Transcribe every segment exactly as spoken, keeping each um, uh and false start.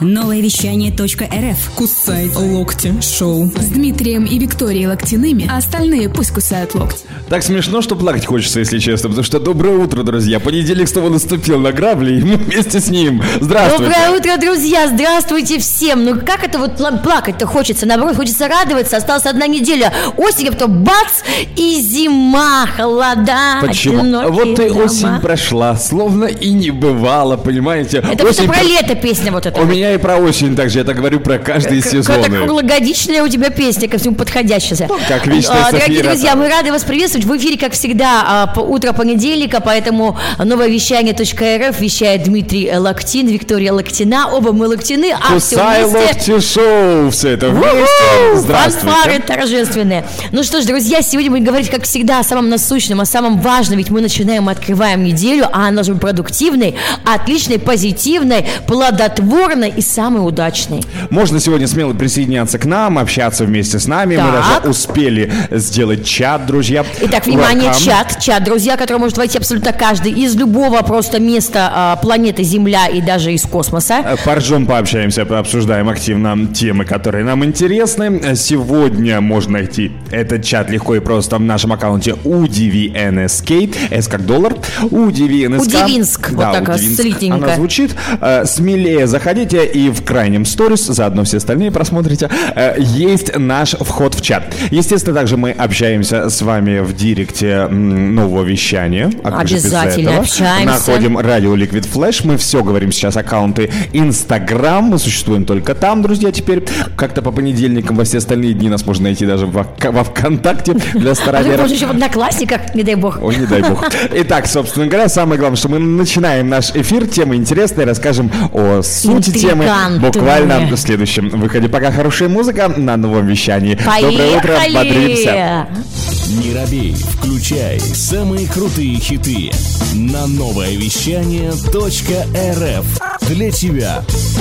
Новое вещание .рф. Кусай локти шоу с Дмитрием и Викторией Локтяными, а остальные пусть кусают локти. Так смешно, что плакать хочется, если честно. Потому что доброе утро, друзья. Понедельник снова наступил на грабли, и мы вместе с ним. Здравствуйте. Доброе утро, друзья. Здравствуйте всем. Ну как это вот плакать-то хочется? Наоборот, хочется радоваться. Осталась одна неделя осени, а потом бац, и зима, холода. Почему? Вот и дома. Осень прошла, словно и не бывало, понимаете? Это осень... про лето песня вот эта. У меня и про осень также, я так говорю про каждый сезон. Какая-то круглогодичная у тебя песня, ко всему подходящая. Ну, как вечная а, Дорогие София друзья, Ротару. Мы рады вас приветствовать. В эфире, как всегда, утро понедельника, поэтому новое вещание .рф вещает Дмитрий Локтин, Виктория Локтина. Оба мы Локтины, а Кусай все вместе... локти шоу, все это вместе. Здравствуйте. Фанфары торжественные. Ну что ж, друзья, сегодня будем говорить, как всегда, о самом насущном, о самом важном, ведь мы начинаем, открываем неделю, а она должна быть продуктивной, отличной, позитивной, плодотворной и самой удачной. Можно сегодня смело присоединяться к нам, общаться вместе с нами. Так. Мы даже успели сделать чат, друзья. Итак, внимание, Welcome. чат, чат, друзья, который может войти абсолютно каждый из любого просто места а, планеты Земля и даже из космоса. Поржем, пообщаемся, пообсуждаем активно темы, которые нам интересны. Сегодня можно найти этот чат легко и просто в нашем аккаунте удивинск, S как доллар, удивинск. Удивинск, да, вот так слитенько. Она звучит. Смелее заходите, и в крайнем сторис, заодно все остальные просмотрите, есть наш вход в чат. Естественно, также мы общаемся с вами в директе нового вещания. А обязательно общаемся. Находим радио Liquid Flash. Мы все говорим сейчас аккаунты Instagram. Мы существуем только там, друзья, теперь. Как-то по понедельникам, во все остальные дни нас можно найти даже во, во ВКонтакте для староверов. А ты еще в Одноклассниках, не дай бог. Ой, не дай бог. Итак, собственно говоря, самое главное, что мы начинаем наш эфир. Темы интересные, расскажем о сути темы буквально в следующем выходе. Пока хорошая музыка на новом вещании. Поехали! Доброе утро, бодримся. Не робей, включай самые крутые хиты на новое вещание .рф для тебя.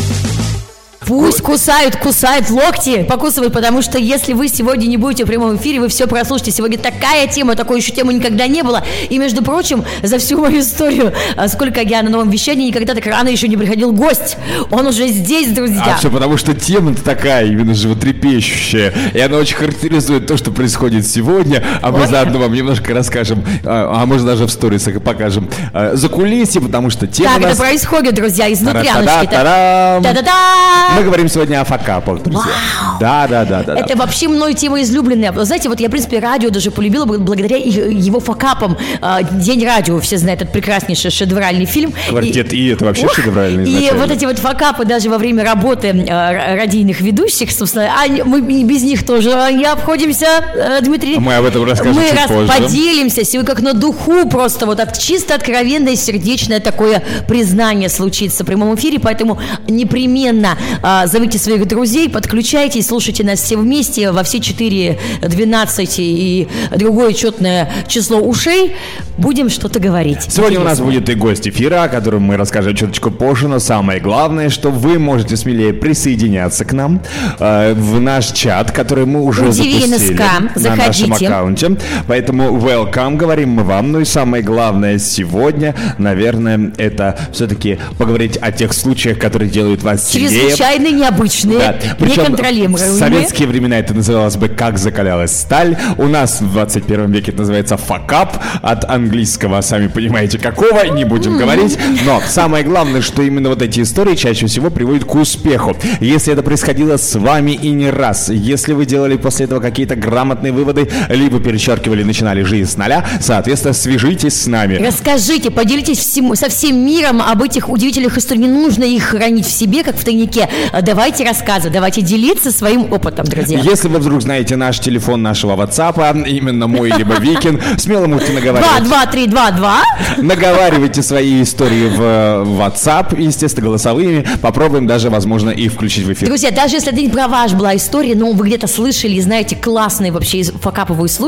Пусть кусают, кусают локти, покусывают, потому что если вы сегодня не будете в прямом эфире, вы все прослушаете. Сегодня такая тема, такой еще темы никогда не было. И, между прочим, за всю мою историю, сколько я на новом вещании, никогда так рано еще не приходил гость. Он уже здесь, друзья. А все потому, что тема-то такая, именно животрепещущая. И она очень характеризует то, что происходит сегодня. А мы Ой. заодно вам немножко расскажем, а, а может даже в сторисах покажем а, закулисье, потому что тема Как нас... это происходит, друзья, изнутряночки. Та-да-та-дам! Та-да-да! Мы говорим сегодня о факапах, друзья. Вау. Да, да, да, да. Это да. вообще мной тема излюбленная. Знаете, вот я, в принципе, радио даже полюбила благодаря его факапам. День радио, все знают, этот прекраснейший шедевральный фильм. Квартет И, и это вообще Ух, шедевральный. И вот эти вот факапы даже во время работы радийных ведущих, собственно, а мы без них тоже не обходимся, Дмитрий. Мы об этом расскажем Мы чуть раз позже. поделимся, сегодня как на духу просто вот от, чисто откровенное, сердечное такое признание случится в прямом эфире, поэтому непременно а, зовите своих друзей, подключайтесь, слушайте нас все вместе во все четыре, двенадцать и другое четное число ушей. Будем что-то говорить. Сегодня Интересно. у нас будет и гость эфира, о котором мы расскажем чуточку позже, но самое главное, что вы можете смелее присоединяться к нам э, в наш чат, который мы уже Удивинск. запустили на нашем аккаунте. Поэтому welcome, говорим мы вам. Ну и самое главное сегодня, наверное, это все-таки поговорить о тех случаях, которые делают вас сильнее. Чрезвычайно необычные, да. неконтролируемые. В советские времена это называлось бы «Как закалялась сталь». У нас в двадцать первом веке это называется «факап», от английского, сами понимаете, какого, не будем mm-hmm. говорить. Но самое главное, что именно вот эти истории чаще всего приводят к успеху. Если это происходило с вами и не раз, если вы делали после этого какие-то грамотные выводы, либо перечеркивали, начинали жизнь с нуля, соответственно, свяжитесь с нами. Расскажите, поделитесь всем, со всем миром об этих удивительных историях. Не нужно их хранить в себе, как в тайнике. Давайте рассказывать, давайте делиться своим опытом, друзья. Если вы вдруг знаете наш телефон нашего WhatsApp, именно мой либо Викин, смело можете наговаривать. два два три два два Наговаривайте свои истории в WhatsApp, естественно, голосовыми. Попробуем даже, возможно, и включить в эфир. Друзья, даже если это не про ваш была история, но вы где-то слышали и знаете классные вообще факаповые случаи,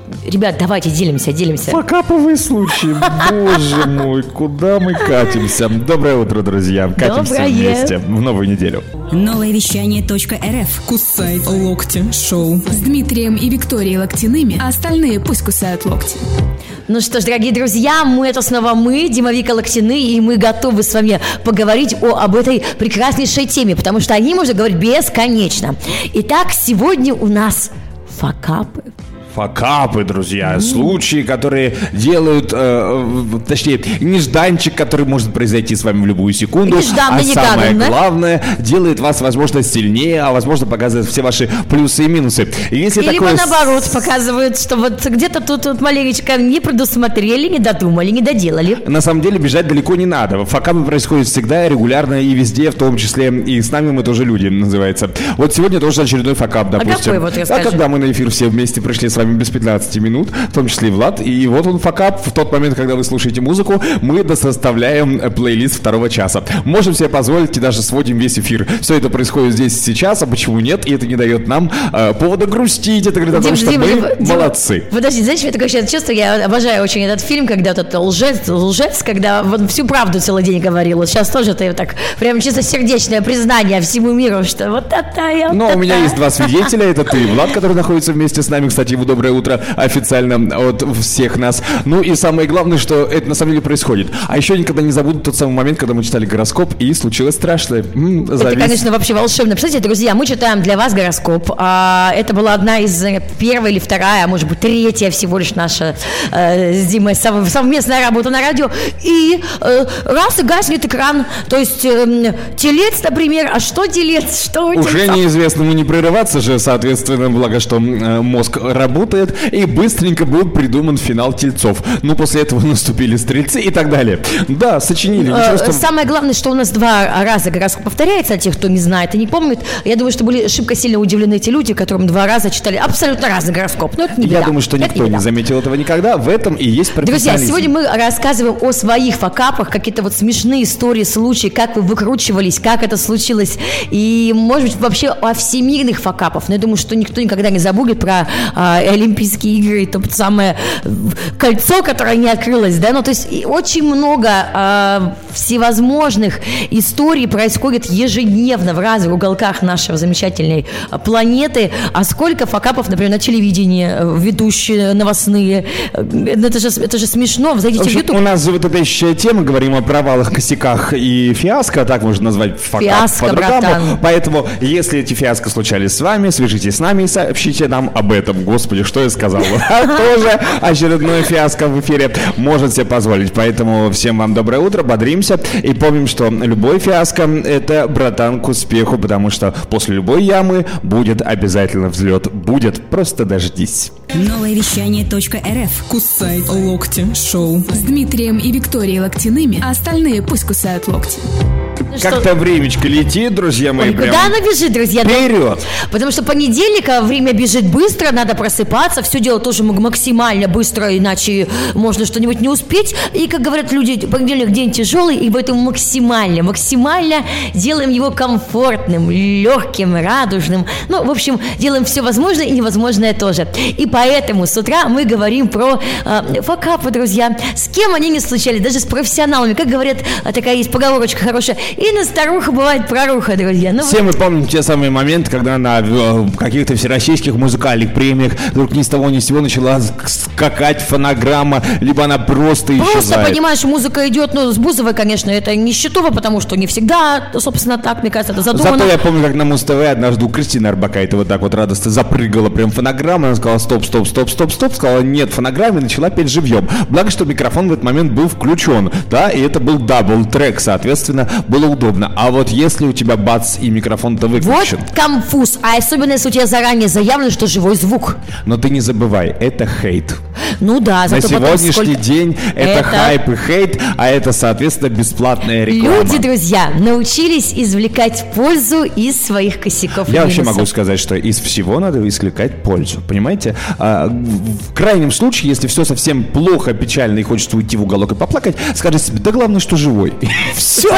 Ребят, давайте делимся, делимся. Факаповые случаи, боже мой, куда мы катимся. Доброе утро, друзья. Катимся Доброе. вместе в новую неделю. Новое вещание .рф. Кусай локти шоу. С Дмитрием и Викторией Локтяными, а остальные пусть кусают локти. Ну что ж, дорогие друзья, мы это снова мы, Дима, Вика Локтяны, и мы готовы с вами поговорить о, об этой прекраснейшей теме, потому что о ней можно говорить бесконечно. Итак, сегодня у нас факапы. Факапы, друзья, mm. случаи, которые делают, э, точнее, нежданчик, который может произойти с вами в любую секунду, Нежданно, а самое да? главное, делает вас, возможно, сильнее, а возможно, показывает все ваши плюсы и минусы. И если Или такое... наоборот, показывает, что вот где-то тут, тут маленечко не предусмотрели, не додумали, не доделали. На самом деле бежать далеко не надо. Факапы происходят всегда, регулярно и везде, в том числе и с нами мы тоже люди, называется. Вот сегодня тоже очередной факап, допустим. А какой вот, расскажи? А когда мы на эфир все вместе пришли с вами без пятнадцати минут, в том числе и Влад, и вот он факап. В тот момент, когда вы слушаете музыку, мы досоставляем плейлист второго часа. Можем себе позволить и даже сводим весь эфир. Все это происходит здесь и сейчас, а почему нет? И это не дает нам э, повода грустить. Это говорит о том, что Дим, мы Дим, молодцы. Дим, подожди, знаешь, я такое сейчас чувство, я обожаю очень этот фильм, когда вот этот лжец, лжец, когда он всю правду целый день говорил. Вот сейчас тоже это так, прям чисто сердечное признание всему миру, что вот это я. Но вот у меня это. есть два свидетеля. Это ты и Влад, который находится вместе с нами. Кстати, его доброе утро официально от всех нас. Ну и самое главное, что это на самом деле происходит. А еще никогда не забуду тот самый момент, когда мы читали гороскоп, и случилось страшное. М-м, Это, конечно, вообще волшебно. Представляете, друзья, мы читаем для вас гороскоп. А, это была одна из первая или вторая, а может быть третья всего лишь наша э, с Димой сов- совместная работа на радио. И э, раз и гаснет экран. То есть э, телец, например. А что телец? Что у Уже тельца? неизвестно, не прерываться же, соответственно, благо, что э, мозг работает, и быстренько был придуман финал тельцов. Ну, после этого наступили стрельцы и так далее. Да, сочинили. Ничего, что... Самое главное, что у нас два раза гороскоп повторяется, для тех, кто не знает и не помнит. Я думаю, что были шибко сильно удивлены те люди, которым два раза читали абсолютно разный гороскоп. Но это не Я беда. думаю, что Это никто не, беда. заметил этого никогда. В этом и есть Друзья, профессионализм. сегодня мы рассказываем о своих факапах, какие-то вот смешные истории, случаи, как вы выкручивались, как это случилось. И, может быть, вообще о всемирных факапах. Но я думаю, что никто никогда не забудет про а, Олимпийские игры, то самое кольцо, которое не открылось, да, ну, то есть и очень много а, всевозможных историй происходит ежедневно в разных уголках нашей замечательной а, планеты. А сколько факапов, например, на телевидении, ведущие новостные. Это же, это же смешно. Зайдите В общем, в YouTube. у нас вот эта еще тема, говорим о провалах, косяках и фиаско, так можно назвать факап Фиаско, по-другому. братан. Поэтому, если эти фиаско случались с вами, свяжитесь с нами и сообщите нам об этом. Господи, что я сказал? Тоже очередное фиаско в эфире может себе позволить. Поэтому всем вам доброе утро, бодримся и помним, что любой фиаско – это, братан, к успеху, потому что после любой ямы будет обязательно взлет. Будет, просто дождись. Новое вещание .рф. Кусай локти шоу. С Дмитрием и Викторией Локтяными, а остальные пусть кусают локти. Как-то времечко летит, друзья мои. Ой, прям куда она бежит, друзья? вперед. Потому что понедельник, а время бежит быстро, надо просыпаться, все делать тоже м- максимально быстро, иначе можно что-нибудь не успеть. И, как говорят люди, понедельник день тяжелый, и поэтому максимально, максимально делаем его комфортным, легким, радужным. Ну, в общем, делаем все возможное и невозможное тоже. И поэтому с утра мы говорим про э, факапы, друзья. С кем они не случались, даже с профессионалами. Как говорят, такая есть поговорочка хорошая. И на старуха бывает проруха, друзья. Ну, Все мы помним те самые моменты, когда на э, каких-то всероссийских музыкальных премиях вдруг ни с того ни с сего начала скакать фонограмма, либо она просто исчезает. Просто, понимаешь, музыка идет, ну, с Бузовой, конечно, это не счетово, потому что не всегда, собственно, так, мне кажется, это задумано. Зато я помню, как на Муз-ТВ однажды у Кристины Арбакайте вот так вот радостно запрыгала прям фонограмма, она сказала стоп, стоп, стоп, стоп, стоп, сказала нет фонограммы, начала петь живьем. Благо, что микрофон в этот момент был включен, да, и это был дабл-трек, соответственно, было удобно. А вот если у тебя бац и микрофон-то выключен. Вот конфуз, а особенно если у тебя заранее заявлено, что живой звук. Но ты не забывай, это хейт. Ну да, На зато потом сегодняшний сколько... день это, Это- хайп и хейт, а это, соответственно, бесплатная реклама. Люди, друзья, научились извлекать пользу из своих косяков и Я вообще минусов. могу сказать, что из всего надо извлекать пользу, понимаете? А, в крайнем случае, если все совсем плохо, печально и хочется уйти в уголок и поплакать, скажи себе, да главное, что живой. Все. Спасибо, что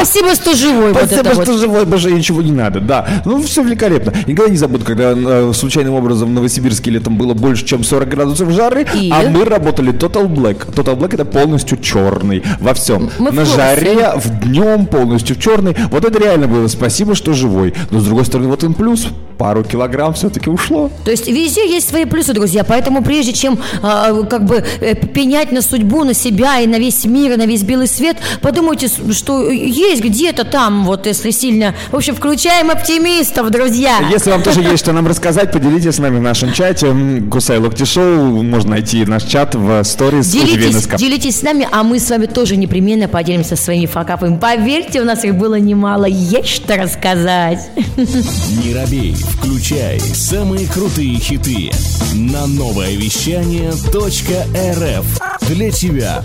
что живой. Вот Спасибо, это что вот. живой, больше ничего не надо. Да, ну все великолепно. Никогда не забуду, когда э, случайным образом в Новосибирске летом было больше, чем сорок градусов жары, И? а мы работали Total Black. Total Black — это полностью черный во всем. Мы в На курсе. жаре, в днем полностью черный. Вот это реально было. Спасибо, что живой. Но с другой стороны, вот он плюс. Пару килограмм все-таки ушло. То есть везде есть свои плюсы, друзья. Поэтому прежде чем э, как бы э, пенять на судьбу, на себя и на весь мир, и на весь белый свет, подумайте, что есть где-то там, вот если сильно. В общем, включаем оптимистов, друзья. Если вам тоже есть что нам рассказать, поделитесь с нами в нашем чате. М, Кусай Локти Шоу. Можно найти наш чат в сторис. Делитесь, делитесь с нами, а мы с вами тоже непременно поделимся своими факапами. Поверьте, у нас их было немало, есть что рассказать. Не робей, включай самые крутые хиты на новое вещание .рф для тебя.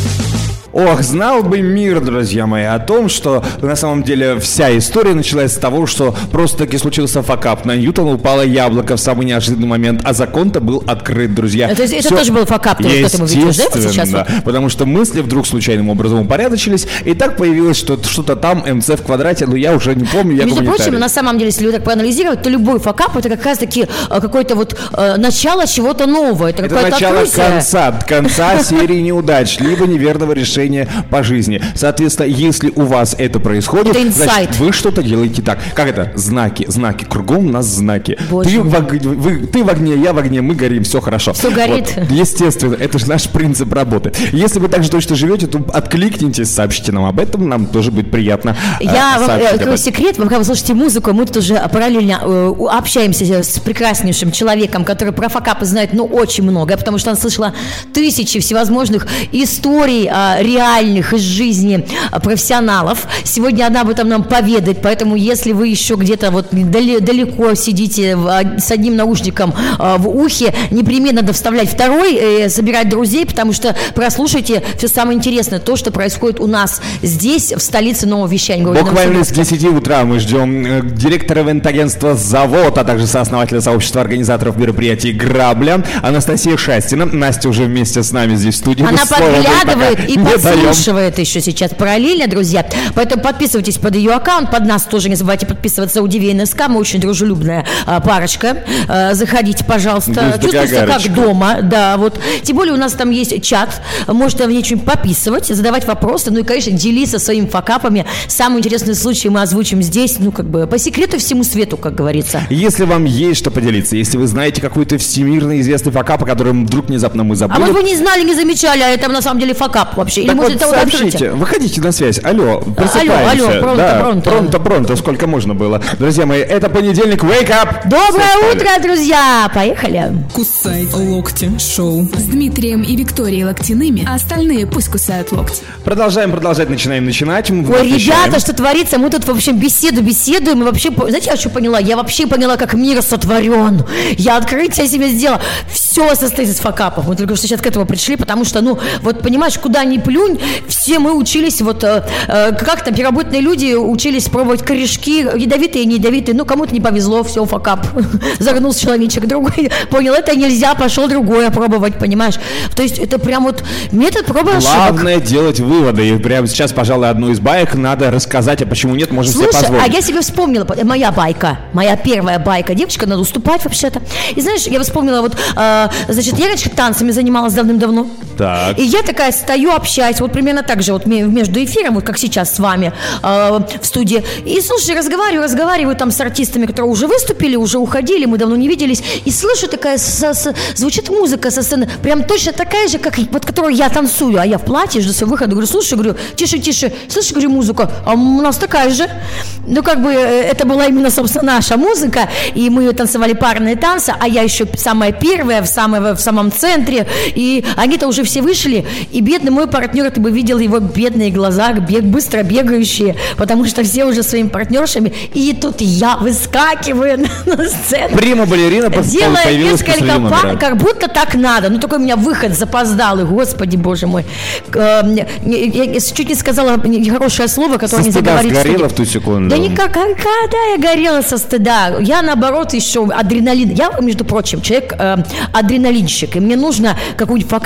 Ох, знал бы мир, друзья мои, о том, что на самом деле вся история началась с того, что просто-таки случился факап. На Ньютона упало яблоко в самый неожиданный момент, а закон-то был открыт, друзья. Это, это Всё- тоже был факап, ты вот к этому ведешь, да, вот сейчас Естественно, вот? потому что мысли вдруг случайным образом упорядочились, и так появилось, что что-то там МЦ в квадрате, но я уже не помню, я Между гуманитарий. прочим, на самом деле, если вы так проанализировать, то любой факап — это как раз-таки э, какое-то вот э, начало чего-то нового. Это, Это какое-то начало открытие. конца, конца серии неудач, либо неверного решения по жизни. Соответственно, если у вас это происходит, Это инсайт. значит, вы что-то делаете так. Как это? Знаки, знаки. Кругом у нас знаки. Боже Ты мой. в, ог- вы- ты в огне, я в огне, мы горим, все хорошо. Всё горит. Вот. Естественно, это же наш принцип работы. Если вы так же точно живете, то откликнитесь, сообщите нам об этом, нам тоже будет приятно. э, Я вам сообщить э, об открою этом. секрет, вы когда вы слушаете музыку, мы тут уже параллельно э, общаемся с прекраснейшим человеком, который про факапы знает, ну, очень много, потому что она слышала тысячи всевозможных историй э, реальных из жизни э, профессионалов. Сегодня она об этом нам поведает, поэтому если вы еще где-то вот дали- далеко сидите в- а, с одним наушником э, в ухе, непременно надо вставлять второй, э, собирать друзей, потому что прослушайте все самое интересное, то, что происходит у нас здесь, в столице нового вещания. города Буквально с Новосибирска. десяти утра мы ждем э, директора ивент-агентства «Завод», а также сооснователя сообщества организаторов мероприятий «Грабля» Анастасия Шастина. Настя уже вместе с нами здесь в студии. Она Мы слова ей подглядывает пока и не даем. подслушивает еще сейчас параллельно, друзья. Поэтому подписывайтесь под ее аккаунт, под нас тоже не забывайте подписываться. Удиви эн эс ка, мы очень дружелюбная а, парочка. А, заходите, пожалуйста. Гусь да Чувствуйте себя Гагарочка. как дома, да, вот. Тем более у нас там есть чат, можете в ней что-нибудь пописывать, задавать вопросы, ну и, конечно, делиться своими факапами. Самые интересные случаи мы озвучим здесь, ну, как бы, по секрету всему свету, как говорится. Если вам есть что поделиться, если вы знаете какой-то всемирно известный факап, о котором вдруг внезапно мы А забыли, может, вы не знали, не замечали, а это на самом деле факап вообще? Или, так может, вот, это вот сообщите, открытие? выходите на связь. Алло, просыпаемся. алло, пронто, да, пронто. пронто, пронто, сколько можно было. Друзья мои, это понедельник, wake up! Доброе Все утро, друзья! Поехали! Кусай локти шоу. С Дмитрием и Викторией Локтяными, а остальные пусть кусают локти. Продолжаем, продолжать, начинаем, начинать. Мы Ой, отвечаем. ребята, что творится? Мы тут, в общем, беседу беседуем. И вообще, по- знаете, я что поняла? Я вообще поняла, как мир сотворен. Я открытие себе сделала. Все состоит из факапов. Мы только что сейчас к этому пришли, потому что, ну, вот понимаешь, куда ни плюнь, все мы учились, вот, э, э, как там, переработанные люди учились пробовать корешки, ядовитые и не ядовитые. Ну, кому-то не повезло, все, факап. Загнулся человечек, другой понял, это нельзя, пошел другое пробовать, понимаешь? То есть это прям вот метод пробы и ошибок. Главное делать выводы. И прямо сейчас, пожалуй, одну из баек надо рассказать, а почему нет, можем себе Слушай, позволить. а я себе вспомнила, п- моя байка, моя первая байка, девочка, надо уступать вообще-то. И знаешь, я вспомнила, вот, э, значит, я раньше танцами занималась давным-давно. Так. И я такая стою, общаюсь, вот примерно так же, вот ме- между эфиром, вот как сейчас с вами э, в студии. И, слушай, разговариваю, разговариваю там с артистами, которые уже выступили, уже уходили, мы давно не виделись. И слышу, такая, со- со- звучит музыка со сцены, прям точно такая же, как и под которой я танцую. А я в платье, жду своего выхода, говорю, слушай, говорю, тише, тише, слышишь, говорю, музыка, а у нас такая же. Ну, как бы, э, это была именно, собственно, наша музыка, и мы танцевали парные танцы, а я еще самая первая, в, самой, в самом центре, и они-то уже все вышли, и бедный мой партнер, ты бы видел его бедные глаза, бег, быстро бегающие, потому что все уже своими партнершами, и тут я выскакиваю на, на сцену. Прима-балерина по- Делая появилась несколько посреди номера. пар, как будто так надо. Ну, такой у меня выход запоздалый, господи, боже мой. Э, мне- не- Я я чуть не сказала нехорошее слово, которое Со нельзя стыда говорить. сгорела в ту секунду? Да никак, когда я горела со стыда. Я, наоборот, еще адреналин. Я, между прочим, человек э, адреналинщик, и мне нужно какую-нибудь факаповую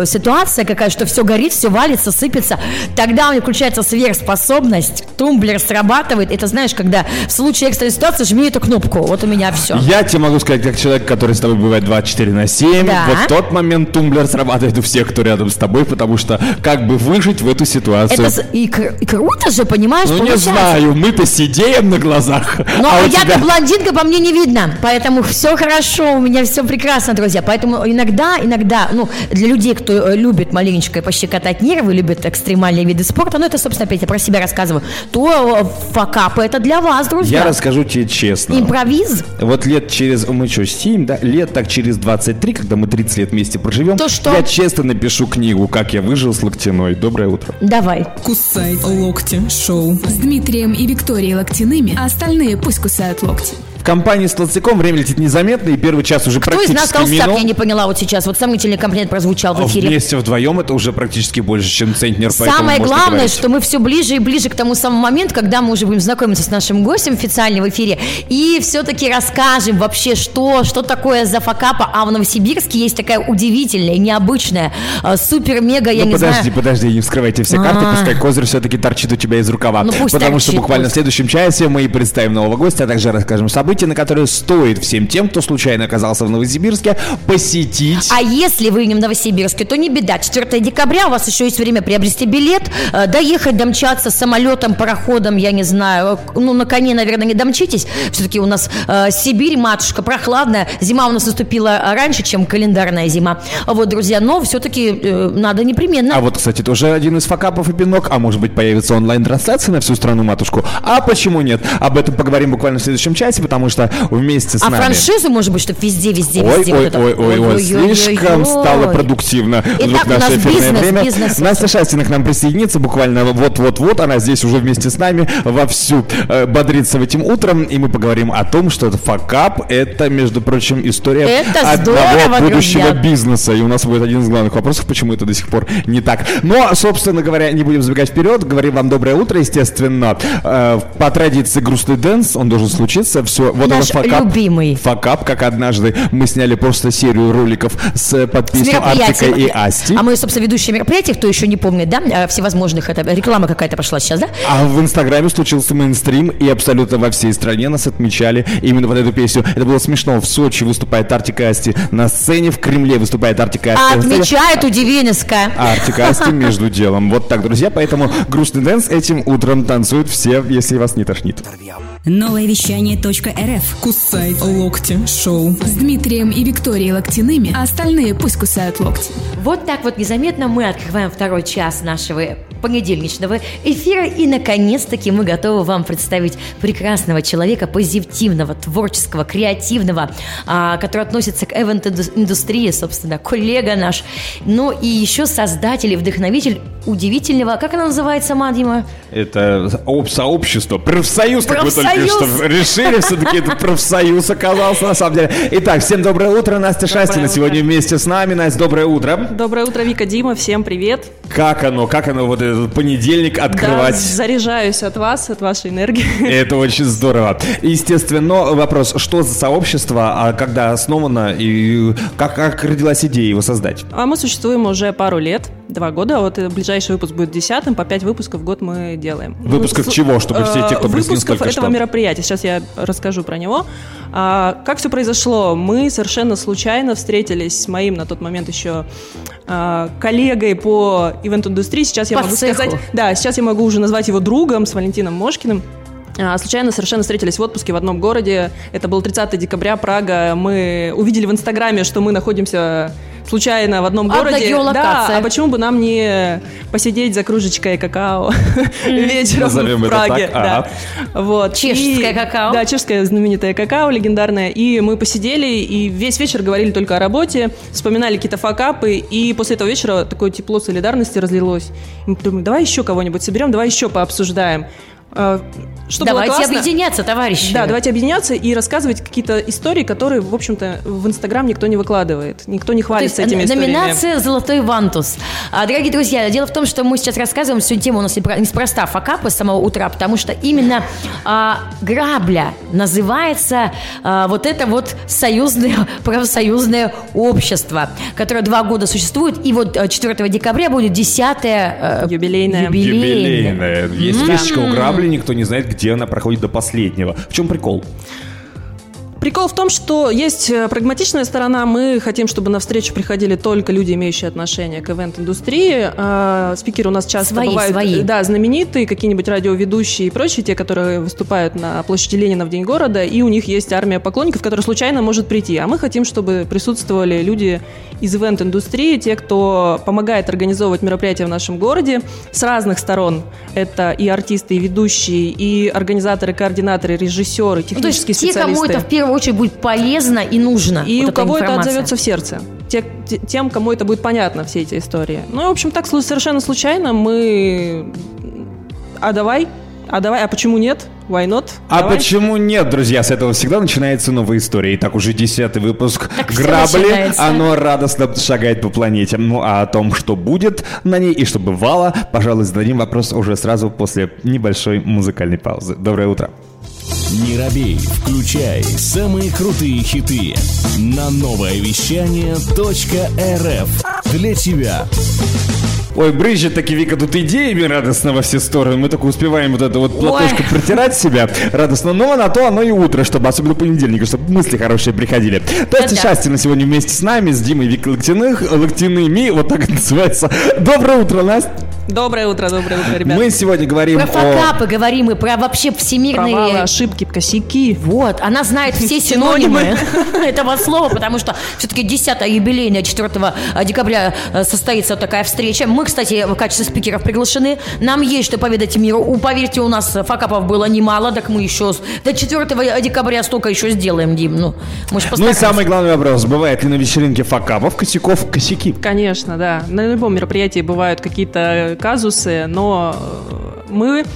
э, ситуация какая, что все горит, все валится, сыпется, тогда у меня включается сверхспособность, тумблер срабатывает. Это знаешь, когда в случае экстренной ситуации жми эту кнопку. Вот у меня все. Я тебе могу сказать, как человек, который с тобой бывает двадцать четыре на семь, Да. вот в тот момент тумблер срабатывает у всех, кто рядом с тобой, потому что как бы выжить в эту ситуацию. Это с- и, кр- и круто же, понимаешь, Ну не получается. знаю, мы-то сидеем на глазах. Но а у я-то тебя... блондинка, по мне не видно, поэтому все хорошо, у меня все прекрасно, друзья. Поэтому иногда, иногда, ну, для людей, кто э, любит маленечко пощекотать нервы, любит экстремальные виды спорта, ну, это, собственно, опять я про себя рассказываю, то э, факапы это для вас, друзья. Я расскажу тебе честно. Импровиз. Вот лет через, мы что, семь, да? Лет так через двадцать три, когда мы тридцать лет вместе проживем, То что? я честно напишу книгу «Как я выжил с Локтяной». Доброе утро. Давай. Кусай локти шоу. С Дмитрием и Викторией Локтяными, а остальные пусть кусают локти. В компании с Толстяком время летит незаметно, и первый час уже Кто из практически нас толстяк, минул. я не поняла вот сейчас. Вот сомнительный комплимент прозвучал в А эфире. вместе вдвоем это уже практически больше, чем центнер. поэтому Самое можно главное, говорить. что мы все ближе и ближе к тому самому моменту, когда мы уже будем знакомиться с нашим гостем официально в эфире, и все-таки расскажем вообще, что, что такое за факапа. А в Новосибирске есть такая удивительная, необычная, э, супер-мега, я Ну, не подожди, знаю... подожди, не вскрывайте все карты, А. пускай козырь все-таки торчит у тебя из рукава. Ну, пусть Потому что торчит, буквально пусть. в следующем часе мы и представим нового гостя, а также расскажем события, на которые стоит всем тем, кто случайно оказался в Новосибирске, посетить. А если вы не в Новосибирске, то не беда. четвёртого декабря у вас еще есть время приобрести билет, э, доехать, домчаться самолетом, пароходом, я не знаю. Ну, на коне, наверное, не домчитесь. Все-таки у нас э, Сибирь, матушка, прохладная. Зима у нас наступила раньше, чем календарная зима. Вот, друзья, но все-таки э, надо непременно. А вот, кстати, тоже один из факапов и пинок, а может быть появится онлайн-трансляция на всю страну-матушку. А почему нет? Об этом поговорим буквально в следующем часе, потому что вместе с А нами... франшизу, может быть, чтобы везде, везде, Ой, везде. ой, вот это. ой, ой, ой, слишком стало продуктивно Итак, в у нас наше эфирное бизнес, время. бизнес. Настя Шастина к нам присоединится буквально вот-вот-вот. Она здесь уже вместе с нами вовсю э, бодрится этим утром, и мы поговорим о том, что это факап, это, между прочим, история Это одного здорово, будущего друзья. бизнеса. И у нас будет один из главных вопросов, почему это до сих пор не так. Но, собственно говоря, не будем забегать вперед, говорим вам доброе утро, естественно. Э, по традиции грустный дэнс, он должен случиться. Все, вот Наш это факап. любимый. Факап, как однажды мы сняли просто серию роликов с под С песню мероприятия. Артика и Асти. А мы, собственно, ведущие мероприятия, кто еще не помнит, да, э, всевозможных, это реклама какая-то пошла сейчас, да? А в Инстаграме случился мейнстрим, и абсолютно во всей стране нас отмечали именно вот эту песню. Это было смешно. В Сочи выступает Артик и Асти на сцене, в Кремле выступает Артик и Асти А на сцене. отмечает удивенская. А Артик и Асти между делом. Вот так, друзья. Поэтому грустный дэнс этим утром танцуют все, если вас не тошнит. Новое вещание .рф. Кусай локти шоу. С Дмитрием и Викторией Локтяными, а остальные пусть кусают локти. Вот так вот незаметно мы открываем второй час нашего понедельничного эфира, и наконец-таки мы готовы вам представить прекрасного человека, позитивного, творческого, креативного, а, который относится к эвент-индустрии, собственно, коллега наш, ну и еще создатель и вдохновитель удивительного, как она называется, Мадима? Это об- сообщество, профсоюз, как вы только Профсоюз. что решили, все-таки это профсоюз оказался на самом деле. Итак, всем доброе утро, Настя Шастина утро. сегодня вместе с нами. Настя, доброе утро. Доброе утро, Вика, Дима, всем привет. Как оно, как оно вот этот понедельник открывать? Да, заряжаюсь от вас, от вашей энергии. Это очень здорово. Естественно, вопрос, что за сообщество, а когда основано и как, как родилась идея его создать? А мы существуем уже пару лет, два года. Вот э, ближайший выпуск будет десятым, по пять выпусков в год мы делаем. Выпусков Ну, с- чего, чтобы все те, кто э, присоединился Выпусков только этого что? мероприятия. Сейчас я расскажу про него. А, как все произошло? Мы совершенно случайно встретились с моим на тот момент еще а, коллегой по ивент-индустрии. Сейчас я По могу цеху. сказать... Да, сейчас я могу уже назвать его другом, с Валентином Мошкиным. А, Случайно совершенно встретились в отпуске в одном городе. Это был тридцатого декабря, Прага. Мы увидели в Инстаграме, что мы находимся случайно в одном Одна городе. геолокация. Да, а почему бы нам не посидеть за кружечкой какао вечером Назовем в это Праге? так, ага. Да. Вот. Чешское И- какао. Да, чешское знаменитое какао, легендарное. И мы посидели, и весь вечер говорили только о работе, вспоминали какие-то факапы, и после этого вечера такое тепло солидарности разлилось. И мы думаем, давай еще кого-нибудь соберем, давай еще пообсуждаем. Э, Что Давайте было классно, объединяться, товарищи. Да, давайте объединяться и рассказывать какие-то истории, которые, в общем-то, в Инстаграм никто не выкладывает. Никто не хвалится этими историями. Номинация «Золотой вантус». А, дорогие друзья, дело в том, что мы сейчас рассказываем всю тему, у нас неспроста факапы с самого утра, потому что именно а, грабля называется а, вот это вот союзное, профсоюзное общество, которое два года существует, и вот четвёртого декабря будет десятое юбилейное. Юбилейное. Есть фишечка у грабли, никто не знает, где она проходит до последнего. В чем прикол? Прикол в том, что есть прагматичная сторона. Мы хотим, чтобы на встречу приходили только люди, имеющие отношение к ивент-индустрии. А, спикеры у нас часто свои, бывают свои. Да, знаменитые, какие-нибудь радиоведущие и прочие, те, которые выступают на площади Ленина в День города, и у них есть армия поклонников, которая случайно может прийти. А мы хотим, чтобы присутствовали люди из ивент-индустрии, те, кто помогает организовывать мероприятия в нашем городе с разных сторон. Это и артисты, и ведущие, и организаторы, координаторы, режиссеры, технические ну, то есть специалисты. Те, кому это в первую очередь будет полезно и нужно. И вот у кого информация. это отзовется в сердце. Те, те, тем, кому это будет понятно, все эти истории. Ну и, в общем, так совершенно случайно мы... А давай? А давай? А почему нет? Why not? А Давай. почему нет, друзья? С этого всегда начинается новая история. Итак, уже десятый выпуск Так всё «Грабли». начинается. Оно радостно шагает по планете. Ну, а о том, что будет на ней и что бывало, пожалуй, зададим вопрос уже сразу после небольшой музыкальной паузы. Доброе утро. Не робей, включай самые крутые хиты на новое вещание .рф для тебя. Ой, брызжет таки Вика тут идеями радостно во все стороны. Мы только успеваем вот это вот платочко Ой. протирать себя радостно. Но на то оно и утро, чтобы особенно понедельник, чтобы мысли хорошие приходили. Настя Да-да. Шастина сегодня вместе с нами, с Димой Викой Локтяных, Локтяными, вот так это называется. Доброе утро, Настя. Доброе утро, доброе утро, ребята. Мы сегодня говорим Про о... факапы говорим и про вообще всемирные... Провалы, ошибки, косяки. Вот, она знает все синонимы этого слова, потому что все-таки десятое юбилейное четвёртого декабря э, состоится вот такая встреча. Мы, кстати, в качестве спикеров приглашены. Нам есть что поведать миру. У, поверьте, у нас факапов было немало, так мы еще с- до четвёртого декабря столько еще сделаем, Дим. Ну, мы ж Ну и постараемся. самый главный вопрос. Бывает ли на вечеринке факапов, косяков, косяки? Конечно, да. На любом мероприятии бывают какие-то казусы, но э, мы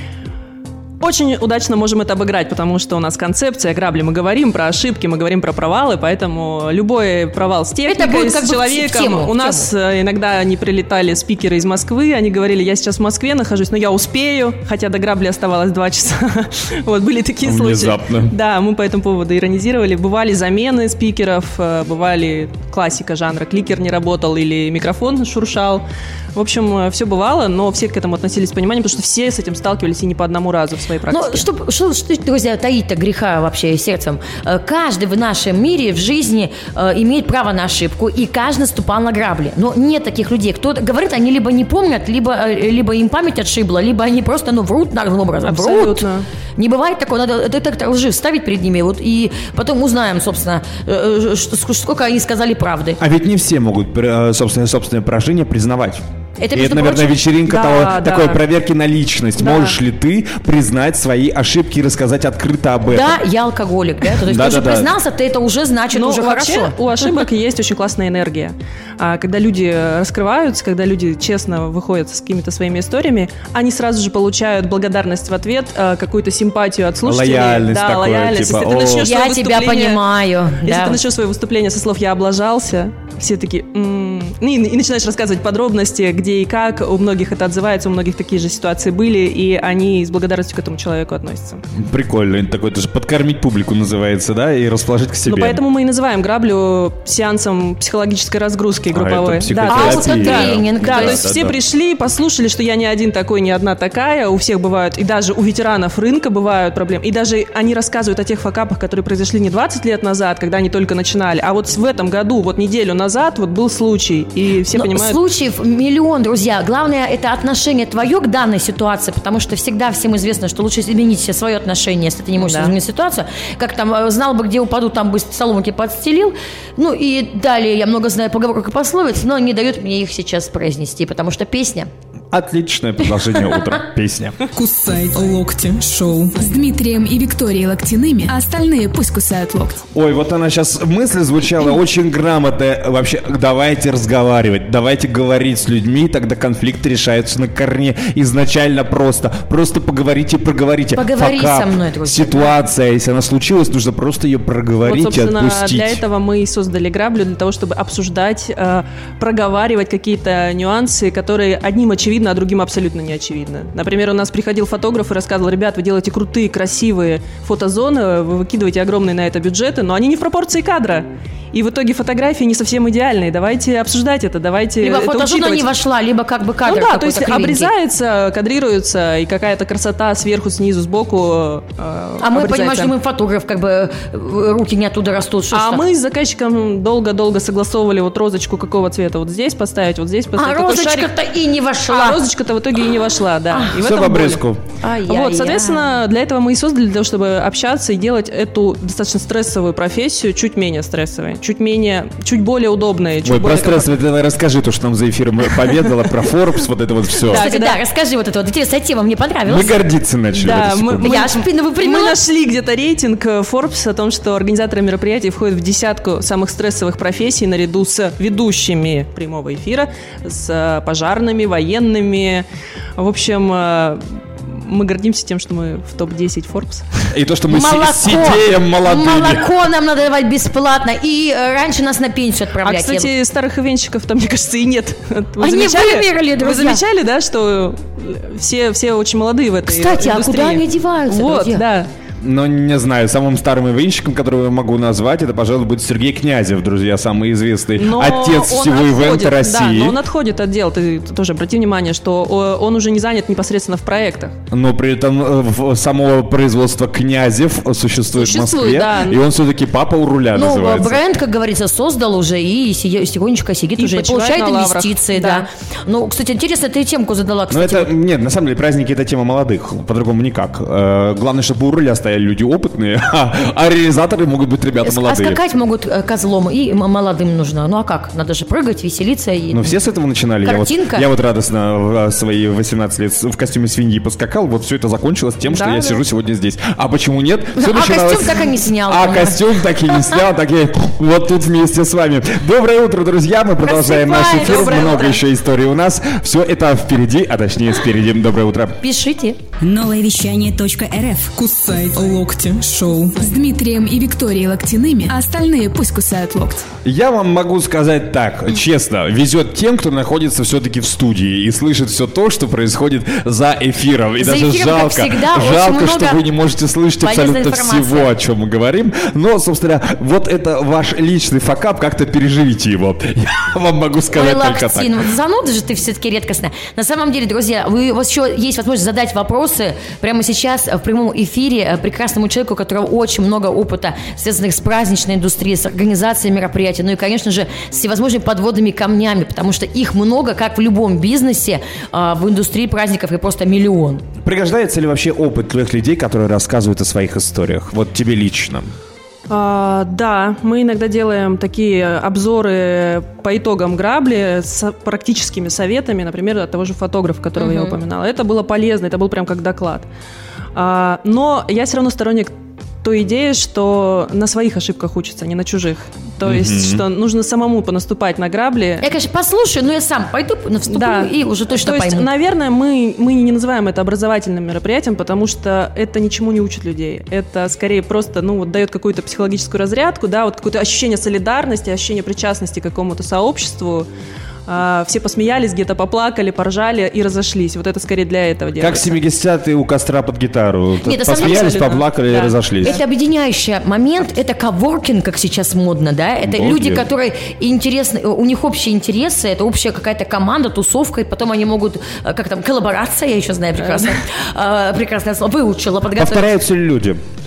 очень удачно можем это обыграть, потому что у нас концепция «Грабли». Мы говорим про ошибки, мы говорим про провалы, поэтому любой провал с техникой, будет как с бы в человеком. тему, в у нас тему. э, иногда они прилетали спикеры из Москвы, они говорили: я сейчас в Москве нахожусь, но я успею, хотя до «Грабли» оставалось два часа. Вот, были такие случаи. Внезапно. Да, мы по этому поводу иронизировали. Бывали замены спикеров, э, бывали классика жанра. Кликер не работал или микрофон шуршал. В общем, все бывало, но все к этому относились с пониманием, потому что все с этим сталкивались и не по одному разу в своей практике. Ну, что, что, что, друзья, таить-то греха вообще сердцем? Э, Каждый в нашем мире, в жизни э, имеет право на ошибку, и каждый наступал на грабли. Но нет таких людей. Кто говорит, они либо не помнят, либо, э, либо им память отшибла, либо они просто, ну, врут наглым образом. Врут. Абсолютно. Не бывает такого, надо детектор лжи вставить перед ними, вот, и потом узнаем, собственно, э, э, что- сколько они сказали правды. А ведь не все могут э, собственное, собственное поражение признавать. Это, И между это, наверное, прочим, вечеринка Да, того, да. такой проверки на личность. Да. Можешь ли ты признать свои ошибки и рассказать открыто об этом? Да, я алкоголик, да? То есть Да, ты да, уже да. признался, ты это уже значит, Но уже вообще хорошо. у ошибок есть очень классная энергия. А когда люди раскрываются, когда люди честно выходят с какими-то своими историями, они сразу же получают благодарность в ответ, а, какую-то симпатию от слушателей. Лояльность да, такое, лояльность. типа, Если ты «О». начнешь Я свое тебя выступление- понимаю. Если да. ты начнешь свое выступление со слов «я облажался», все такие «М-м». и, и начинаешь рассказывать подробности, где и как. У многих это отзывается, у многих такие же ситуации были, и они с благодарностью к этому человеку относятся. Прикольно. Это такое, это же подкормить публику называется, да, и расположить к себе. Ну, поэтому мы и называем граблю сеансом психологической разгрузки групповой. это Да, психотерапия. то есть- Аутотренинг, Да, то то есть- есть все Да-да. пришли, послушали, что я не один такой, не одна такая. У всех бывают, и даже у ветеранов рынка бывают проблемы. И даже они рассказывают о тех факапах, которые произошли не двадцать лет назад, когда они только начинали, а вот в этом году, вот неделю назад, вот был случай. И все Но понимают... случаев миллион, друзья. Главное, это отношение твое к данной ситуации, потому что всегда всем известно, что лучше изменить себе свое отношение, если ты не можешь Да. изменить ситуацию. Как там, э, знал бы, где упаду, там бы соломки подстелил. Ну и далее, я много знаю поговорок и пословиц, но не дают мне их сейчас произнести, потому что песня Отличное предложение утра. Песня. Кусай локти шоу. С Дмитрием и Викторией Локтяными, а остальные пусть кусают локти. Ой, вот она сейчас мысль звучала очень грамотная. Вообще, давайте разговаривать, давайте говорить с людьми, тогда конфликты решаются на корне. Изначально просто. Просто поговорите, проговорите. Поговори Факап, со мной, друзья. Ситуация, если она случилась, нужно просто ее проговорить Вот, и собственно, отпустить. для этого мы и создали граблю, для того, чтобы обсуждать, э, проговаривать какие-то нюансы, которые одним очевидны, а другим абсолютно не очевидны. Например, у нас приходил фотограф и рассказывал: ребят, вы делаете крутые, красивые фотозоны, вы выкидываете огромные на это бюджеты, но они не в пропорции кадра. И в итоге фотографии не совсем идеальные. Давайте обсуждать это, давайте Либо это фотозона учитывать. не вошла, либо как бы кадр Ну да, какой-то то есть кривенький. обрезается, кадрируется, и какая-то красота сверху, снизу, сбоку э, А мы, обрезается. понимаешь, думаем, фотограф, как бы э, руки не оттуда растут. Что ж А так? мы с заказчиком долго-долго согласовывали вот розочку какого цвета вот здесь поставить, вот здесь А поставить. такой шарик. розочка-то и не вошла. А розочка-то в итоге и не вошла, да. И в Все в этом боль. обрезку. Ай-яй-яй. Вот, соответственно, для этого мы и создали, для того, чтобы общаться и делать эту достаточно стрессовую профессию чуть менее стрессовой, чуть менее, чуть более удобной. Чуть Ой, более про стресс, давай расскажи то, что нам за эфиром поведала, про Forbes, вот это вот все. Да. Кстати, когда- да, расскажи вот это вот. Интересная тема, мне Мы понравилась. гордиться начали. Да, в эту мы- секунду. Я спину Мы выпрямила. нашли где-то рейтинг э, Forbes о том, что организаторы мероприятий входят в десятку самых стрессовых профессий наряду с ведущими прямого эфира, с э, пожарными, военными. В общем, э, мы гордимся тем, что мы в топ десять Forbes. И то, что мы си- Молоко. сидеем молодыми. Молоко нам надо давать бесплатно. И э, раньше нас на пенсию А, отправлять. кстати, старых ивенщиков там, мне кажется, и нет. Вы Они замечали? вымерли, Вы друзья. замечали, да, что все, все очень молодые в этой Кстати, а индустрии? куда они деваются, Вот, друзья? да. Но не знаю, самым старым ивенщиком, которого я могу назвать, это, пожалуй, будет Сергей Князев, друзья, самый известный Но отец он всего ивента отходит, России. Да, но он отходит от дел. Ты тоже обрати внимание, что о, он уже не занят непосредственно в проектах. Но при этом э, в- самого производства Князев существует, в Существует, Москве, да. и он все-таки папа у руля Ну, называется. бренд, как говорится, создал уже и си- тихонечко сидит И уже, и почивает получает на лаврах. инвестиции, да. Да. Ну, кстати, интересно, ты темку задала, Но кстати. это, нет, на самом деле, праздники — это тема молодых, по-другому никак. Э, главное, чтобы у руля стояли люди опытные, а, а реализаторы могут быть ребята Ск- молодые. А скакать могут э, козлом, и м- молодым нужно. Ну, а как? Надо же прыгать, веселиться. И... Ну, все с этого начинали. Я вот, Картинка. я вот радостно в свои восемнадцать лет в костюме свиньи поскакал. Вот все это закончилось тем, что Да, я да. сижу сегодня здесь. А почему нет? Всё А начиналось- костюм так и не снял. А понимаешь? костюм так и не снял, так и вот тут вместе с вами. Доброе утро, друзья. Мы продолжаем наш Просыпаюсь. эфир. Доброе Много утро. еще историй у нас. Все это впереди, а точнее спереди. Доброе утро. Пишите. Новое вещание .рф. Кусай локти шоу. С Дмитрием и Викторией Локтяными, а остальные пусть кусают локти. Я вам могу сказать так, честно, везет тем, кто находится все-таки в студии и слышит все то, что происходит за эфиром. И За даже эфиром, как жалко, всегда, очень жалко, много что вы не можете слышать полезной абсолютно информации. всего, о чем мы говорим. Но, собственно, вот это ваш личный факап, как-то переживите его. Я вам могу сказать Ой, только так. Локтин, вот зануда же ты все-таки редкостная. На самом деле, друзья, вы, у вас еще есть возможность задать вопросы прямо сейчас в прямом эфире э, прекрасному человеку, у которого очень много опыта, связанных с праздничной индустрией, с организацией мероприятий, ну и, конечно же, с всевозможными подводными камнями, потому что их много, как в любом бизнесе, э, в индустрии праздников и просто миллион. Пригождается ли вообще опыт тех людей, которые рассказывают о своих историях? Вот тебе лично. А, да, мы иногда делаем такие обзоры по итогам грабли с практическими советами, например, от того же фотографа, которого я упоминала. Это было полезно, это был прям как доклад. А, но я все равно сторонник той идеи, что на своих ошибках учатся, не на чужих. То есть, что нужно самому понаступать на грабли. Я, конечно, послушаю, но я сам пойду, наступлю Да. и уже точно То есть, пойму. наверное, мы, мы не называем это образовательным мероприятием, потому что это ничему не учит людей. Это скорее просто, ну, вот дает какую-то психологическую разрядку, да, вот какое-то ощущение солидарности, ощущение причастности к какому-то сообществу. А, все посмеялись, где-то поплакали, поржали и разошлись. Вот это скорее для этого Как делается. семидесятые у костра под гитару. Нет, на самом деле, Посмеялись, абсолютно. поплакали и Да. разошлись. Это объединяющий момент, это коворкинг, как сейчас модно, да? Это Боги. люди, которые интересны, у них общие интересы, это общая какая-то команда, тусовка, и потом они могут, э, как там, коллаборация, я еще знаю прекрасно, э, прекрасное слово, выучила, подготовила. Повторяются ли люди?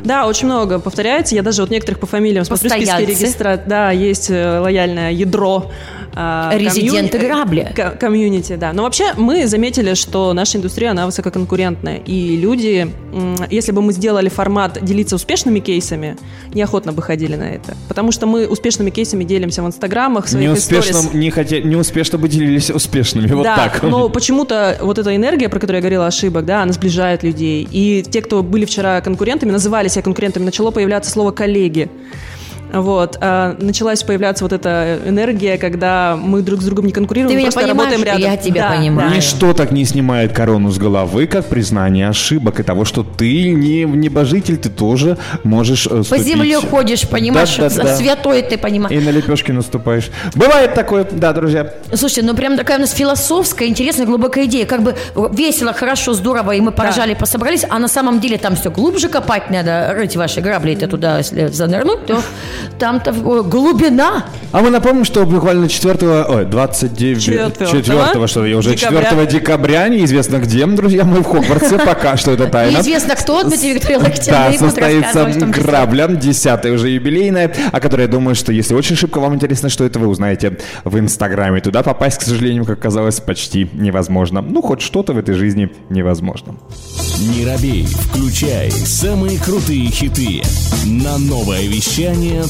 Да, очень много повторяется. Я даже вот некоторых по фамилиям смотрю списки регистра. Да, есть лояльное ядро. Резиденты комью... грабли. Комьюнити, да. Но вообще мы заметили, что наша индустрия, она высококонкурентная. И люди, если бы мы сделали формат делиться успешными кейсами, неохотно бы ходили на это. Потому что мы успешными кейсами делимся в инстаграмах, в своих историях. Не, хотя... не успешно бы делились успешными, вот да, так. Но почему-то вот эта энергия, про которую я говорила, ошибок, да, она сближает людей. И те, кто были вчера конкурентами, называли себя конкурентами, начало появляться слово «коллеги». Вот, а началась появляться вот эта энергия, когда мы друг с другом не конкурируем, мы просто работаем рядом. Я тебя да, понимаю. Ничто так не снимает корону с головы, как признание ошибок и того, что ты не небожитель, ты тоже можешь по ступить. земле ходишь, понимаешь, да, да, да. Святой ты понимаешь. И на лепешки наступаешь. Бывает такое, да, друзья. Слушайте, ну прям такая у нас философская, интересная, глубокая идея. Как бы весело, хорошо, здорово, и мы поржали, да. пособрались, а на самом деле там все глубже копать надо, рыть ваши грабли, ты туда, если занырнуть, то там-то глубина. А мы напомним, что буквально четвёртого, ой, двадцать девятого, четвёртого, что я уже декабря. четвёртого декабря, неизвестно где, друзья, мы в Хогвартсе, пока что это тайна. Неизвестно кто, Дмитрий Викторович Локтин. Да, состоится грабля, десятая уже юбилейная, о которой я думаю, что если очень шибко вам интересно, что это, вы узнаете в Инстаграме. Туда попасть, к сожалению, как оказалось, почти невозможно. Ну, хоть что-то в этой жизни невозможно. Не робей, включай самые крутые хиты на новое вещание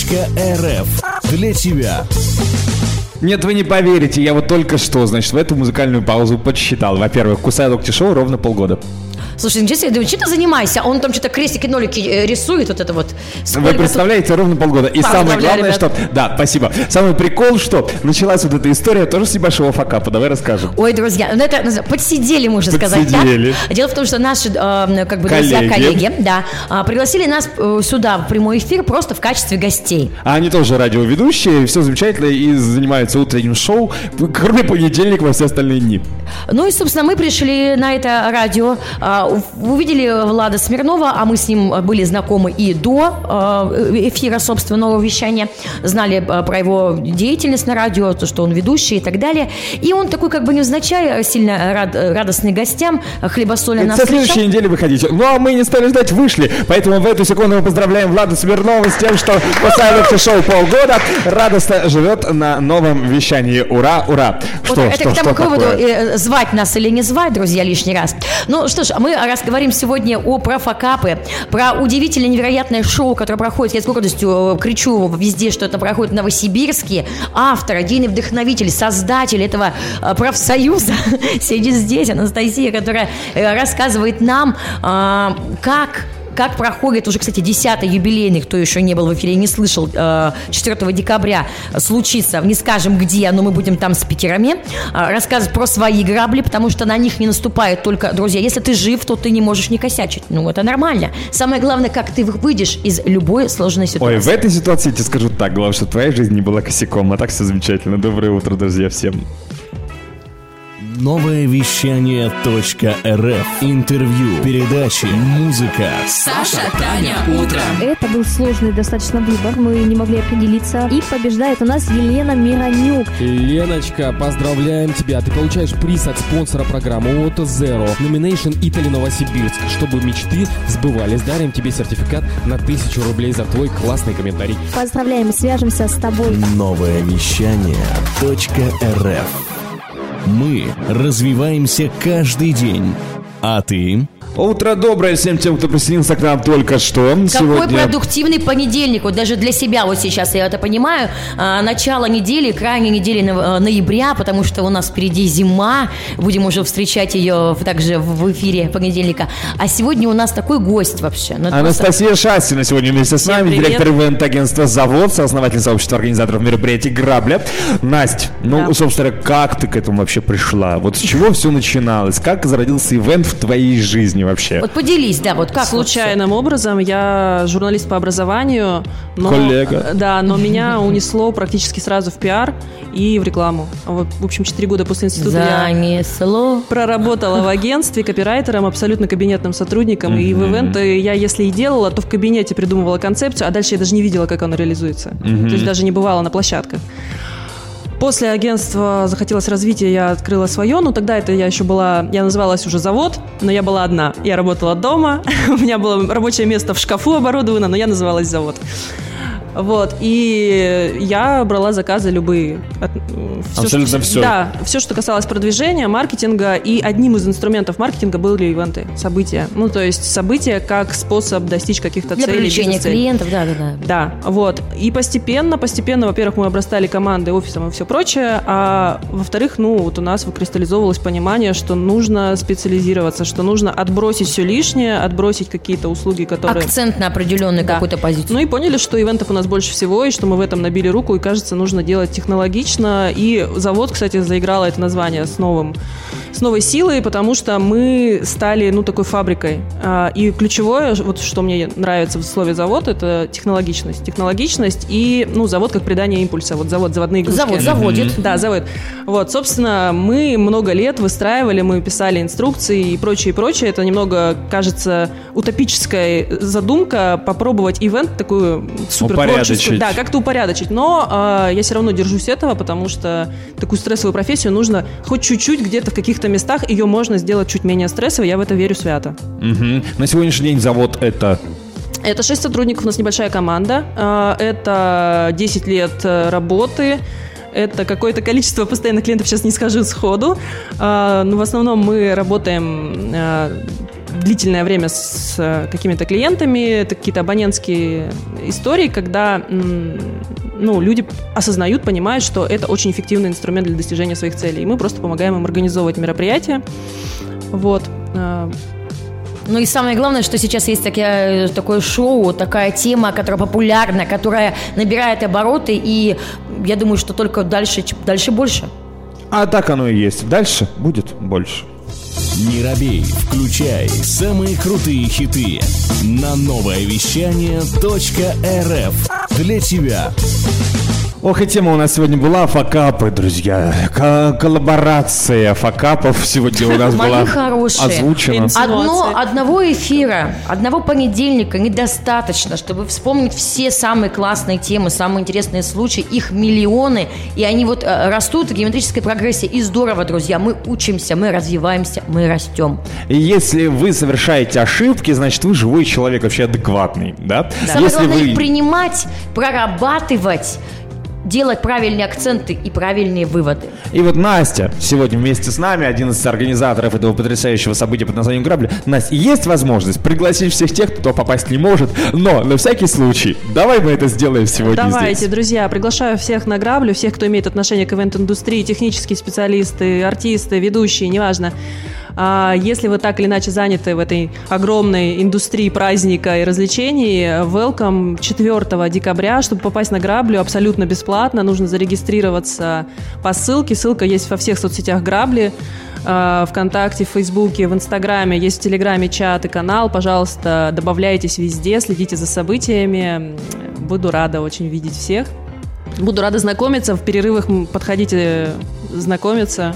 .рф для тебя. Нет, вы не поверите, я вот только что, значит, в эту музыкальную паузу подсчитал. Во-первых, «Кусай локти» шоу ровно полгода. Слушай, ничего себе, думаю, чем ты занимаешься? Он там что-то крестики-нолики рисует, вот это вот. Сколько Вы представляете, тут... ровно полгода. И самое главное, ребят. что... Да, спасибо. Самый прикол, что началась вот эта история тоже с небольшого факапа. Давай расскажем. Ой, друзья, ну это подсидели, можно подсидели. сказать. Подсидели. Да? Дело в том, что наши э, как бы друзья, коллеги, да, пригласили нас сюда в прямой эфир просто в качестве гостей. А они тоже радиоведущие, все замечательно, и занимаются утренним шоу, кроме понедельника во все остальные дни. Ну и, собственно, мы пришли на это радио, увидели Влада Смирнова, а мы с ним были знакомы и до эфира собственного вещания, знали про его деятельность на радио, то, что он ведущий и так далее. И он такой, как бы невзначай, сильно рад, радостный гостям, хлебосоля нас встречал. Со следующей недели выходите. Ну, а мы не стали ждать, вышли. Поэтому в эту секунду мы поздравляем Влада Смирнова с тем, что «Кусай локти» шоу полгода радостно живет на новом вещании. Ура, ура! Вот что, это что, к тому что поводу, такое? Звать нас или не звать, друзья, лишний раз. Ну что ж, мы разговариваем сегодня о про факапы, про удивительное, невероятное шоу, которое проходит, я с гордостью кричу везде, что это проходит в Новосибирске. Автор, идейный вдохновитель, создатель этого профсоюза сидит здесь, Анастасия, которая рассказывает нам, как... Как проходит уже, кстати, десятый юбилейный, кто еще не был в эфире и не слышал, четвёртого декабря случится, не скажем где, но мы будем там с питерами, рассказывать про свои грабли, потому что на них не наступает только, друзья, если ты жив, то ты не можешь не косячить, ну это нормально. Самое главное, как ты выйдешь из любой сложной ситуации. Ой, в этой ситуации я тебе скажу так, главное, что твоя жизнь не была косяком, а так все замечательно. Доброе утро, друзья, всем. Новое вещание .рф. Интервью, передачи, музыка. Саша, Таня, утро. Это был сложный достаточно выбор, мы не могли определиться. И побеждает у нас Елена Миронюк. Леночка, поздравляем тебя. Ты получаешь приз от спонсора программы Auto Zero Nomination Italy Новосибирск. Чтобы мечты сбывались, дарим тебе сертификат на тысячу рублей за твой классный комментарий. Поздравляем, свяжемся с тобой. Новое вещание .рф. Мы развиваемся каждый день. А ты? Утро доброе всем тем, кто присоединился к нам только что. Какой Сегодня... продуктивный понедельник, вот даже для себя вот сейчас я это понимаю. А, начало недели, крайней недели на, ноября, потому что у нас впереди зима. Будем уже встречать ее также в эфире понедельника. А сегодня у нас такой гость вообще. Ну, Анастасия просто... Шастина сегодня вместе с нами, привет. директор ивент-агентства «Завод», сооснователь сообщества организаторов мероприятий «Грабля». Настя, ну, да. собственно, как ты к этому вообще пришла? Вот с чего все начиналось? Как зародился ивент в твоей жизни вообще? Вот поделись, да, вот как? Случайным вот образом, я журналист по образованию. Но, Коллега. Да, но меня унесло практически сразу в пиар и в рекламу. Вот, в общем, четыре года после института Занесло. я проработала в агентстве копирайтером, абсолютно кабинетным сотрудником. Mm-hmm. И в ивенты я, если и делала, то в кабинете придумывала концепцию, а дальше я даже не видела, как она реализуется. Mm-hmm. То есть даже не бывала на площадках. После агентства захотелось развития, я открыла свое. Ну, тогда это я еще была, я называлась уже завод, но я была одна. Я работала дома, у меня было рабочее место в шкафу оборудовано, но я называлась завод. Вот, и я брала заказы любые. Все, Абсолютно что, все. Да, все, что касалось продвижения, маркетинга, и одним из инструментов маркетинга были ивенты, события. Ну, то есть события как способ достичь каких-то Для целей. Для привлечения бизнес-целей. клиентов, да-да-да. Да, вот. И постепенно, постепенно, во-первых, мы обрастали командой, офисом и все прочее, а во-вторых, ну, вот у нас выкристаллизовывалось понимание, что нужно специализироваться, что нужно отбросить все лишнее, отбросить какие-то услуги, которые... Акцент на определенную Да. какую-то позицию. Ну и поняли, что ивентов у нас больше всего, и что мы в этом набили руку, и, кажется, нужно делать технологично. И завод, кстати, заиграло это название с новым, с новой силой, потому что мы стали, ну, такой фабрикой. И ключевое, вот что мне нравится в слове завод, это технологичность. Технологичность и, ну, завод как придание импульса. Вот завод, заводные игрушки. Завод заводит. Да, завод. Вот, собственно, мы много лет выстраивали, мы писали инструкции и прочее, и прочее. Это немного, кажется, утопическая задумка попробовать ивент такую супер творческую. Да, как-то упорядочить. Но э, я все равно держусь этого, потому что такую стрессовую профессию нужно хоть чуть-чуть где-то в каких-то местах, ее можно сделать чуть менее стрессовой. Я в это верю свято. Угу. На сегодняшний день завод это... Это шесть сотрудников, у нас небольшая команда. Э, это десять лет работы. Это какое-то количество постоянных клиентов, сейчас не скажу сходу. Э, но в основном мы работаем... Э, длительное время с какими-то клиентами, это какие-то абонентские истории, когда ну, люди осознают, понимают, что это очень эффективный инструмент для достижения своих целей. И мы просто помогаем им организовывать мероприятия. Вот. Ну и самое главное, что сейчас есть такое, такое шоу, такая тема, которая популярна, которая набирает обороты, и я думаю, что только дальше, дальше больше. А так оно и есть. Дальше будет больше. Не робей, включай самые крутые хиты на новое вещание .рф для тебя. Ох, и тема у нас сегодня была факапы, друзья. К- коллаборация факапов сегодня у нас была озвучена. Одно, одного эфира, одного понедельника недостаточно, чтобы вспомнить все самые классные темы, самые интересные случаи. Их миллионы, и они вот э, растут в геометрической прогрессии. И здорово, друзья, мы учимся, мы развиваемся, мы растем. И если вы совершаете ошибки, значит, вы живой человек, вообще адекватный, да? Да. Самое если главное вы... их принимать, прорабатывать, делать правильные акценты и правильные выводы. И вот Настя сегодня вместе с нами, один из организаторов этого потрясающего события под названием «Грабли». Настя, есть возможность пригласить всех тех, кто попасть не может, но на всякий случай, давай мы это сделаем сегодня. Давайте, здесь. друзья, приглашаю всех на «Граблю», всех, кто имеет отношение к ивент-индустрии, технические специалисты, артисты, ведущие, неважно. А если вы так или иначе заняты в этой огромной индустрии праздника и развлечений, welcome четвёртого декабря, чтобы попасть на «Граблю абсолютно бесплатно, нужно зарегистрироваться по ссылке. Ссылка есть во всех соцсетях «Грабли». ВКонтакте, в Фейсбуке, в Инстаграме, есть в Телеграме чат и канал. Пожалуйста, добавляйтесь везде, следите за событиями. Буду рада очень видеть всех. Буду рада знакомиться. В перерывах подходите знакомиться.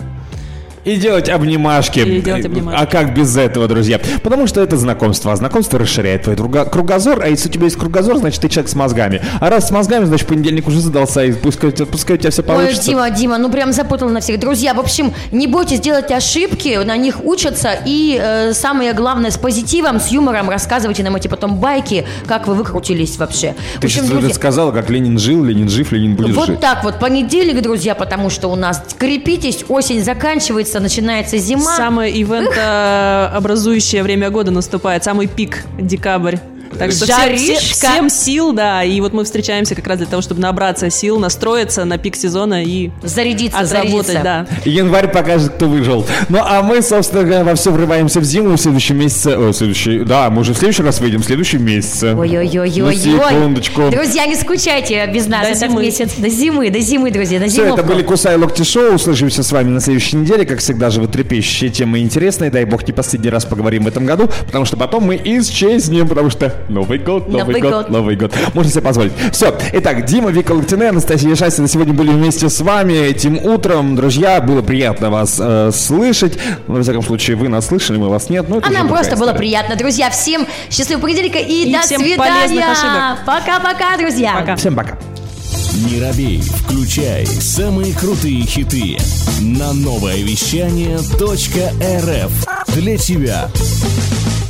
И делать обнимашки. И делать обнимашки. А как без этого, друзья? Потому что это знакомство. А знакомство расширяет твой кругозор. А если у тебя есть кругозор, значит, ты человек с мозгами. А раз с мозгами, значит, понедельник уже задался. И пускай, пускай у тебя все получится. Ой, Дима, Дима, ну прям запутал на всех. Друзья, в общем, не бойтесь делать ошибки, на них учатся. И э, самое главное, с позитивом, с юмором рассказывайте нам эти потом байки, как вы выкрутились вообще. Ты общем, сейчас друзья, сказала, как Ленин жил, Ленин жив, Ленин будет вот жить. Вот так вот, понедельник, друзья, потому что у нас крепитесь, осень заканчивается, начинается зима. Самое ивентообразующее время года наступает, самый пик декабрь. Так что всем, всем, всем сил, да, и вот мы встречаемся как раз для того, чтобы набраться сил, настроиться на пик сезона и зарядиться, отработать, зарядиться. Да. Январь покажет, кто выжил. Ну, а мы, собственно говоря, во все врываемся в зиму в следующем месяце. Ой, следующий, да, мы уже в следующий раз выйдем в следующем месяце. Ой-ой-ой-ой-ой. Секундочку. Друзья, не скучайте без нас до этот зимы. месяц. До зимы, до зимы, друзья, до Все, зимовку. это были Кусай Локти Шоу. Услышимся с вами на следующей неделе. Как всегда, животрепещущие темы интересные. Дай бог, не последний раз поговорим в этом году, потому что потом мы исчезнем, потому что Новый год, Новый, Новый год, год. Новый год. Можно себе позволить. Все. Итак, Дима, Вика Локтина, Анастасия Шасина сегодня были вместе с вами этим утром. Друзья, было приятно вас э, слышать. Ну, во всяком случае, вы нас слышали, мы вас нет. Но это А уже нам другая просто было история. приятно. Друзья, всем счастливого понедельника и, И до всем свидания. полезных ошибок. Пока-пока, друзья. Пока. Всем пока. Не робей, включай самые крутые хиты на новое вещание .рф для тебя.